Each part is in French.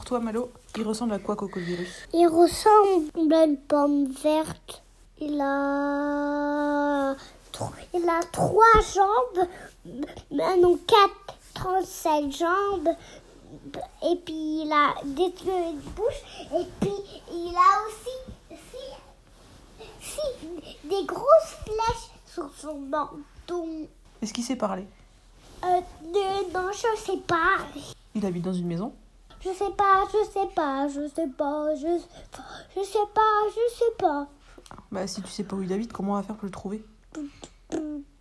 pour toi, Malo, il ressemble à quoi, Coco le virus? Il ressemble à une pomme verte. Il a 3 jambes, non 4, 37 jambes. Et puis il a des yeux et une bouche. Et puis il a aussi des grosses flèches sur son menton. Est-ce qu'il sait parler? Non, je sais pas. Il habite dans une maison? Je sais pas. Bah si tu sais pas où il habite, comment on va faire pour le trouver? Oh,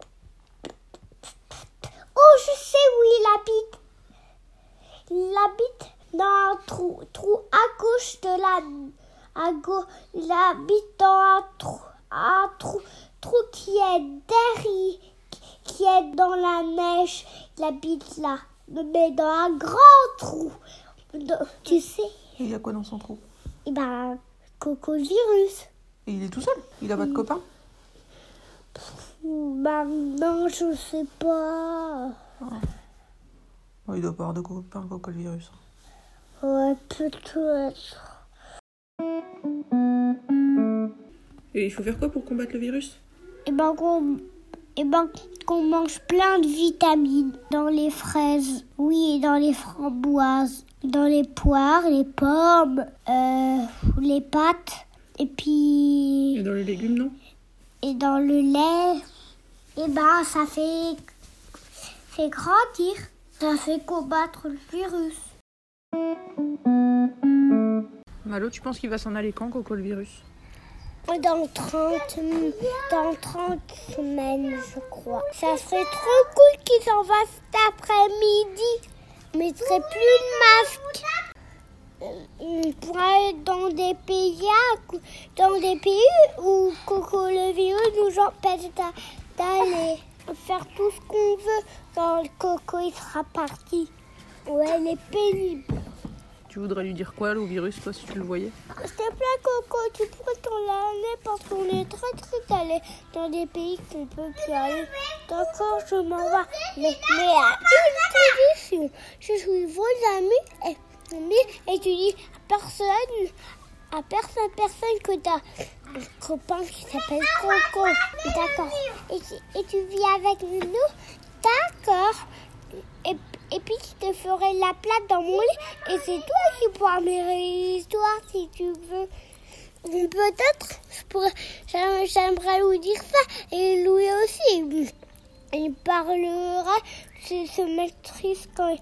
je sais où il habite. Il habite dans un trou à gauche de il habite dans un trou qui est derrière, qui est dans la neige. Il habite là, mais dans un grand trou. Tu sais? Et il y a quoi dans son trou? Eh ben, Coco le virus. Et il est tout seul? Il a pas de copains? Bah non, je sais pas. Oh, il doit pas avoir de copains, Coco le virus. Ouais, peut-être. Et il faut faire quoi pour combattre le virus? Qu'on mange plein de vitamines dans les fraises, oui, et dans les framboises, dans les poires, les pommes, les pâtes, et puis... Et dans les légumes, non? Et dans le lait, ça fait grandir, ça fait combattre le virus. Malo, tu penses qu'il va s'en aller quand, Coco le virus? Dans 30 semaines, je crois. Ça serait trop cool qu'il s'en va cet après-midi. Je mettrai plus de masque. Pour aller dans des pays où Coco le virus nous empêche d'aller faire tout ce qu'on veut quand le Coco il sera parti. Ouais, elle est pénible. Tu voudrais lui dire quoi au virus, toi, si tu le voyais? S'il te plaît, Coco, tu pourrais t'en aller parce qu'on est très triste d'aller dans des pays qu'on ne peut plus aller. D'accord, je m'en vais. Mais à une condition. Je suis vos amis et tu dis à personne que t'as un copain qui s'appelle Coco. D'accord. Et tu vis avec nous? D'accord. Et puis je te ferai la plate dans mon lit et c'est toi qui pourras m'écrire l'histoire si tu veux. Peut-être j'aimerais lui dire ça et lui aussi. Il parlera, se mettre triste quand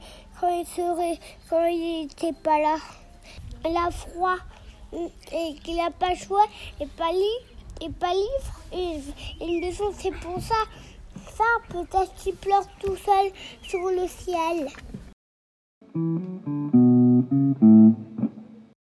il n'était pas là. Il a froid et qu'il n'a pas choix et pas livre et une leçon, c'est pour ça. Peut-être qu'il pleure tout seul sur le ciel.